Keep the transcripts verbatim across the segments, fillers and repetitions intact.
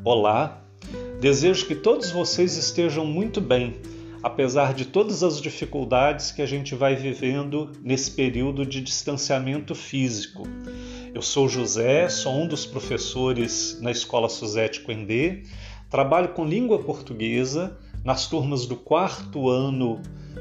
Olá, desejo que todos vocês estejam muito bem, apesar de todas as dificuldades que a gente vai vivendo nesse período de distanciamento físico. Eu sou José, sou um dos professores na Escola Suzete Coendê, trabalho com língua portuguesa nas turmas do quarto ano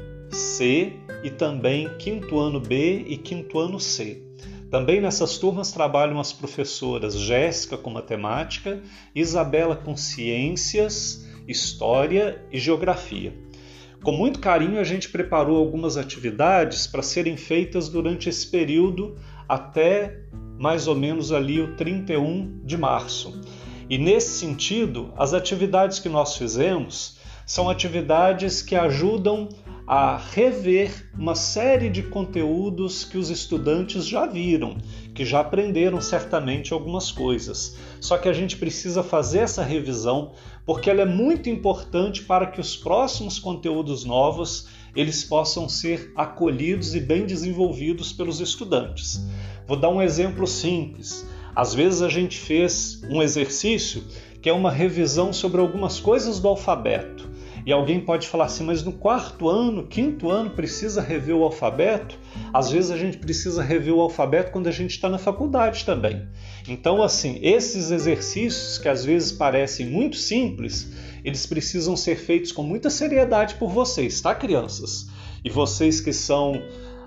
C e também quinto ano B e quinto ano C. Também nessas turmas trabalham as professoras Jéssica com matemática, Isabela com ciências, história e geografia. Com muito carinho a gente preparou algumas atividades para serem feitas durante esse período até mais ou menos ali o trinta e um de março. E nesse sentido, as atividades que nós fizemos são atividades que ajudam a rever uma série de conteúdos que os estudantes já viram, que já aprenderam certamente algumas coisas. Só que a gente precisa fazer essa revisão porque ela é muito importante para que os próximos conteúdos novos eles possam ser acolhidos e bem desenvolvidos pelos estudantes. Vou dar um exemplo simples. Às vezes a gente fez um exercício que é uma revisão sobre algumas coisas do alfabeto. E alguém pode falar assim, mas no quarto ano, quinto ano, precisa rever o alfabeto? Às vezes a gente precisa rever o alfabeto quando a gente está na faculdade também. Então, assim, esses exercícios que às vezes parecem muito simples, eles precisam ser feitos com muita seriedade por vocês, tá, crianças? E vocês que são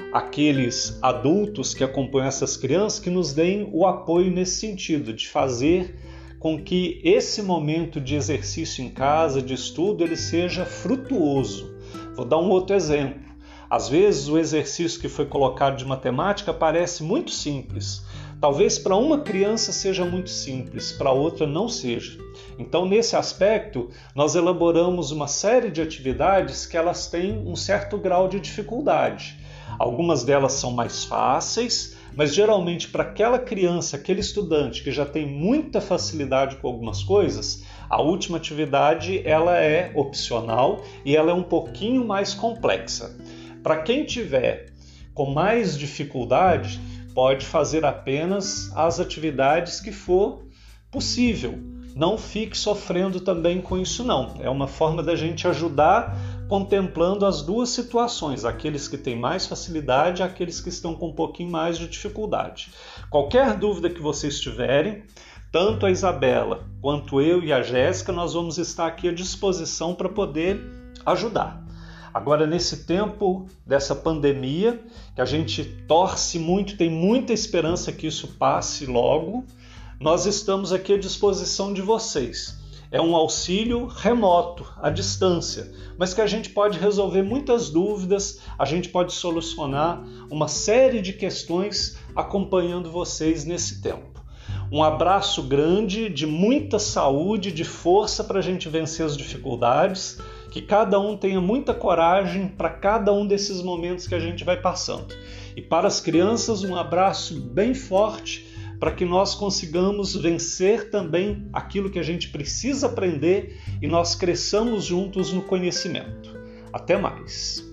aqueles adultos que acompanham essas crianças, que nos deem o apoio nesse sentido, de fazer com que esse momento de exercício em casa, de estudo, ele seja frutuoso. Vou dar um outro exemplo. Às vezes o exercício que foi colocado de matemática parece muito simples. Talvez para uma criança seja muito simples, para outra não seja. Então, nesse aspecto, nós elaboramos uma série de atividades que elas têm um certo grau de dificuldade. Algumas delas são mais fáceis, mas geralmente para aquela criança, aquele estudante que já tem muita facilidade com algumas coisas, a última atividade ela é opcional e ela é um pouquinho mais complexa. Para quem tiver com mais dificuldade, pode fazer apenas as atividades que for possível. Não fique sofrendo também com isso não. É uma forma da gente ajudar contemplando as duas situações, aqueles que têm mais facilidade e aqueles que estão com um pouquinho mais de dificuldade. Qualquer dúvida que vocês tiverem, tanto a Isabela quanto eu e a Jéssica, nós vamos estar aqui à disposição para poder ajudar. Agora, nesse tempo dessa pandemia, que a gente torce muito, tem muita esperança que isso passe logo, nós estamos aqui à disposição de vocês. É um auxílio remoto, à distância, mas que a gente pode resolver muitas dúvidas, a gente pode solucionar uma série de questões acompanhando vocês nesse tempo. Um abraço grande, de muita saúde, de força para a gente vencer as dificuldades, que cada um tenha muita coragem para cada um desses momentos que a gente vai passando. E para as crianças, um abraço bem forte, para que nós consigamos vencer também aquilo que a gente precisa aprender e nós cresçamos juntos no conhecimento. Até mais!